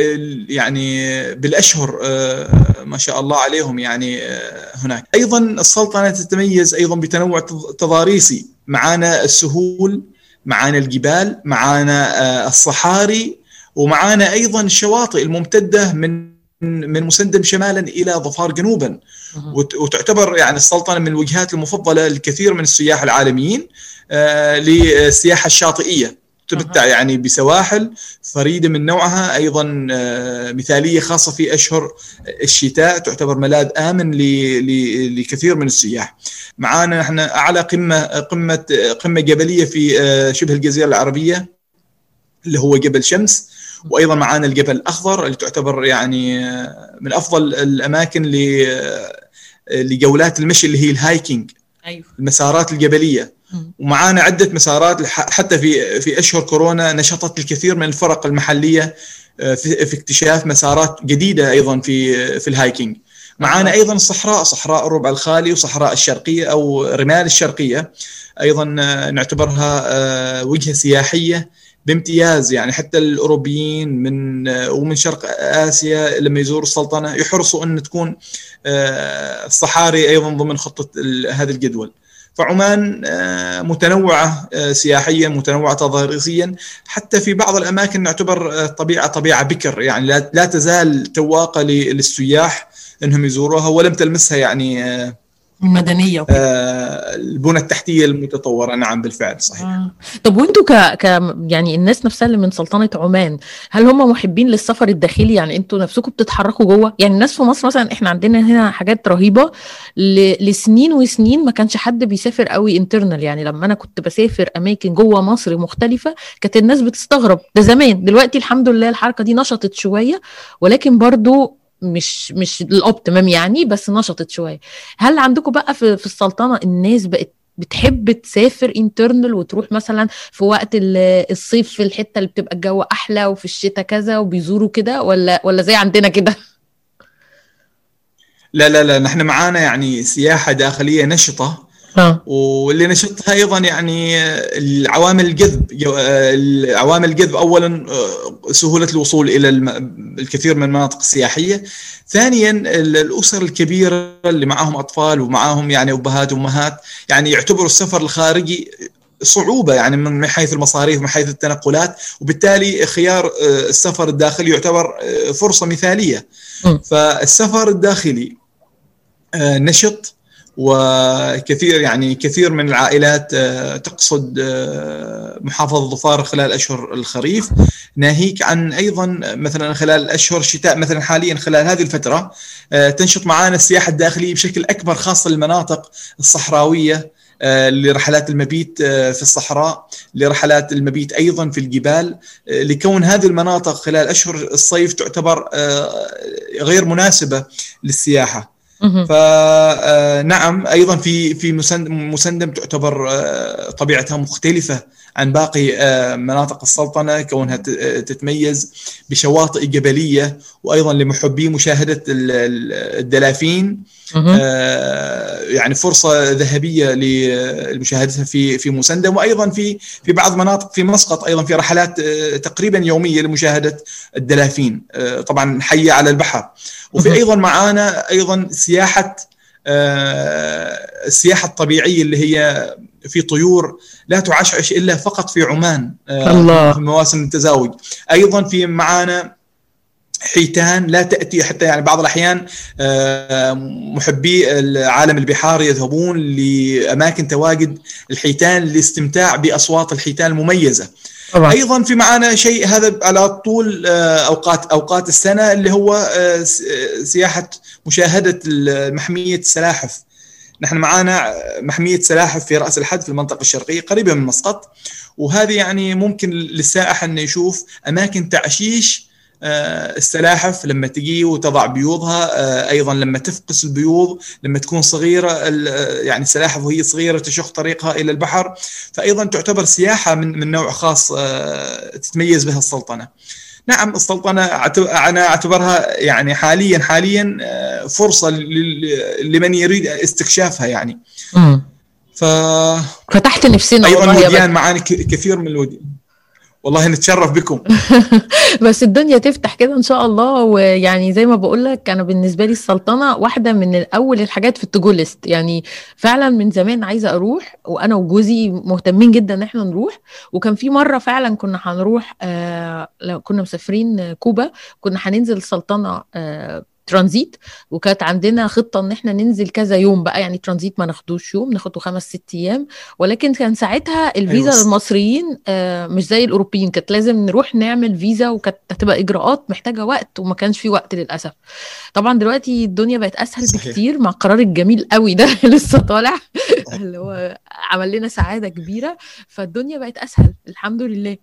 يعني بالأشهر ما شاء الله عليهم يعني هناك. أيضا السلطنة تتميز أيضا بتنوع تضاريسي، معانا السهول، معانا الجبال، معانا الصحاري، ومعانا أيضا الشواطئ الممتدة من من مسندم شمالا إلى ظفار جنوبا. وتعتبر يعني السلطنة من الوجهات المفضلة للكثير من السياح العالميين للسياحة الشاطئية، تمتع يعني بسواحل فريدة من نوعها، أيضا مثالية خاصة في أشهر الشتاء، تعتبر ملاذ آمن لكثير من السياح. معانا نحن أعلى قمة قمة قمة جبلية في شبه الجزيرة العربية اللي هو جبل شمس، وأيضا معانا الجبل الأخضر اللي تعتبر يعني من أفضل الأماكن لجولات المشي اللي هي الهايكينج، المسارات الجبلية. ومعانا عدة مسارات حتى في في أشهر كورونا نشطت الكثير من الفرق المحلية في, في اكتشاف مسارات جديدة أيضا في في الهايكينج. معانا أيضا الصحراء، صحراء الربع الخالي وصحراء الشرقية أو رمال الشرقية، أيضا نعتبرها وجهة سياحية بامتياز. يعني حتى الأوروبيين من ومن شرق آسيا لما يزوروا السلطنة يحرصوا أن تكون الصحاري أيضا ضمن خطة هذه الجدول. فعمان متنوعة سياحيا، متنوعة تضاريسيا، حتى في بعض الأماكن نعتبر طبيعة طبيعة بكر، يعني لا تزال تواقة للسياح أنهم يزوروها ولم تلمسها يعني المدنية آه البنى التحتية المتطورة. نعم بالفعل صحيح. آه. طب وانتوا ك... ك يعني الناس نفسها اللي من سلطنة عمان، هل هم محبين للسفر الداخلي؟ يعني انتوا نفسكم بتتحركوا جوه؟ يعني الناس في مصر مثلا، احنا عندنا هنا حاجات رهيبة ل... لسنين وسنين ما كانش حد بيسافر قوي انترنال. يعني لما انا كنت بسافر اماكن جوه مصر مختلفة كانت الناس بتستغرب، ده زمان. دلوقتي الحمد لله الحركة دي نشطت شوية، ولكن برضو مش مش الاوبتيمم يعني، بس نشطت شويه. هل عندكم بقى في في السلطنه الناس بقت بتحب تسافر انترنال وتروح مثلا في وقت الصيف في الحته اللي بتبقى الجو احلى، وفي الشتاء كذا وبيزوروا كده، ولا ولا زي عندنا كده؟ لا لا لا نحن معانا يعني سياحه داخليه نشطه، ها. واللي نشطها ايضا يعني العوامل الجذب. العوامل الجذب اولا سهوله الوصول الى الكثير من المناطق السياحيه، ثانيا الاسر الكبيره اللي معاهم اطفال ومعاهم يعني ابهات وامهات، يعني يعتبروا السفر الخارجي صعوبه يعني من حيث المصاريف ومن حيث التنقلات، وبالتالي خيار السفر الداخلي يعتبر فرصه مثاليه. فالسفر الداخلي نشط، وكثير يعني كثير من العائلات تقصد محافظة ظفار خلال أشهر الخريف، ناهيك عن أيضا مثلا خلال أشهر الشتاء. مثلا حاليا خلال هذه الفترة تنشط معانا السياحة الداخلية بشكل أكبر، خاصة للمناطق الصحراوية، لرحلات المبيت في الصحراء، لرحلات المبيت أيضا في الجبال، لكون هذه المناطق خلال أشهر الصيف تعتبر غير مناسبة للسياحة. فنعم أيضا في في مسندم تعتبر طبيعتها مختلفة عن باقي مناطق السلطنة، كونها تتميز بشواطئ جبلية، وأيضا لمحبي مشاهدة الدلافين يعني فرصة ذهبية لمشاهدتها في في مسندم، وأيضا في في بعض مناطق في مسقط أيضا في رحلات تقريبا يومية لمشاهدة الدلافين، طبعا حية على البحر. وفي أيضا معانا أيضا سياحة السياحة الطبيعية اللي هي في طيور لا تعشعش إلا فقط في عمان الله. في مواسم التزاوج. أيضا في معانا حيتان لا تأتي حتى يعني بعض الأحيان محبي عالم البحار يذهبون لأماكن تواجد الحيتان لاستمتاع بأصوات الحيتان المميزة طبعا. أيضا في معنا شيء هذا على طول أوقات أوقات السنة اللي هو سياحة مشاهدة محمية السلاحف. نحن معانا محمية سلاحف في رأس الحد في المنطقة الشرقية قريبة من مسقط، وهذه يعني ممكن للسائح أن يشوف أماكن تعشيش السلاحف لما تجي وتضع بيوضها، أيضا لما تفقس البيوض لما تكون صغيرة، يعني السلاحف وهي صغيرة تشق طريقها إلى البحر. فأيضا تعتبر سياحة من من نوع خاص تتميز بها السلطنة. نعم السلطنة أنا أعتبرها يعني حاليا حاليا فرصة لمن يريد استكشافها يعني. ف فتحت نفسنا أيضا وديان معانا كثير من الوديان، والله نتشرف بكم. بس الدنيا تفتح كده ان شاء الله. ويعني زي ما بقول لك انا بالنسبه لي السلطنه واحده من الاول الحاجات في التو ليست، يعني فعلا من زمان عايزه اروح، وانا وجوزي مهتمين جدا ان احنا نروح. وكان في مره فعلا كنا هنروح آه كنا مسافرين كوبا، كنا هننزل السلطنه آه ترانزيت، وكانت عندنا خطة ان احنا ننزل كذا يوم بقى، يعني ترانزيت ما ناخدوش يوم، ناخده خمس ست ايام. ولكن كان ساعتها الفيزا أيوة. للمصريين آه مش زي الاوروبيين، كانت لازم نروح نعمل فيزا، وكانت هتبقى اجراءات محتاجة وقت، وما كانش في وقت للأسف. طبعا دلوقتي الدنيا بقت اسهل صحيح. بكتير مع القرار الجميل قوي ده لسه طالع اللي هو عمل لنا سعادة كبيرة، فالدنيا بقت اسهل الحمد لله.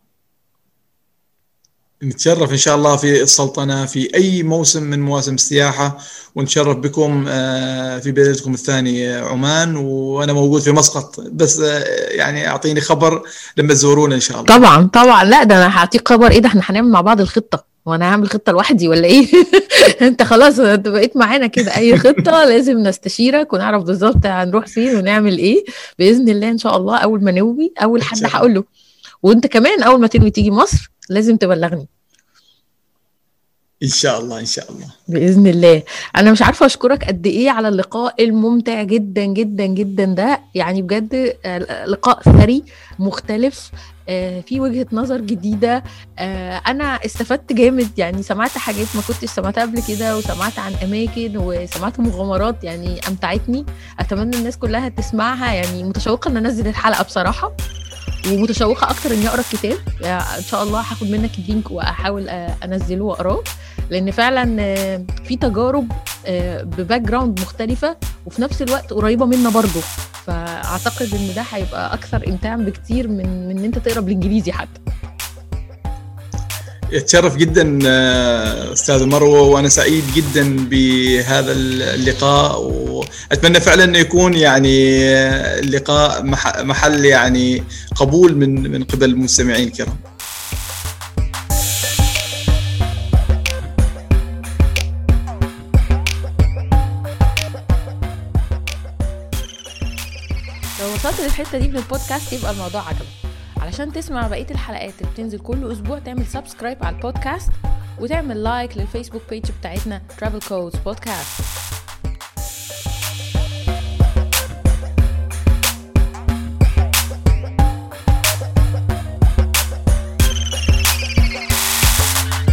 نتشرف إن شاء الله في السلطنة في أي موسم من مواسم السياحة، ونتشرف بكم في بلدكم الثاني عمان، وأنا موجود في مسقط، بس يعني أعطيني خبر لما تزورونا إن شاء الله. طبعا طبعا، لا ده أنا هعطيك خبر. إيه ده، إحنا هنعمل مع بعض الخطة، وأنا هعمل خطة لوحدي ولا إيه؟ أنت خلاص أنت بقيت معانا كده، أي خطة لازم نستشيرك ونعرف بالظبط هنروح فين ونعمل إيه بإذن الله إن شاء الله. أول ما نوي أول حد هقول له. وانت كمان اول ما تنوي تيجي مصر لازم تبلغني ان شاء الله ان شاء الله باذن الله. انا مش عارفه اشكرك قد ايه على اللقاء الممتع جدا جدا جدا ده، يعني بجد آه، لقاء ثري مختلف، آه، في وجهه نظر جديده، آه، انا استفدت جامد، يعني سمعت حاجات ما كنتش سمعتها قبل كده، وسمعت عن اماكن وسمعت مغامرات يعني امتعتني. اتمنى الناس كلها تسمعها، يعني متشوقه ان انزل الحلقه بصراحه، ومتشوقه اكتر اني اقرا الكتاب. يعني ان شاء الله هاخد منك اللينك واحاول آه، انزله واقراه، لان فعلا آه، في تجارب آه، بباك جراوند مختلفه وفي نفس الوقت قريبه منا برضو، فاعتقد ان ده هيبقى اكثر امتاعا بكتير من من ان انت تقرا بالانجليزي حتى. يتشرف جدا آه، استاذ مروه، وانا سعيد جدا بهذا اللقاء، واتمنى فعلا انه يكون يعني آه، اللقاء مح- محل يعني قبول من من قبل المستمعين الكرام. لو وصلت للحته دي من البودكاست يبقى الموضوع عجبك. علشان تسمع بقيه الحلقات اللي بتنزل كل اسبوع تعمل سبسكرايب على البودكاست، وتعمل لايك للفيسبوك بيج بتاعتنا Travel Codes Podcast.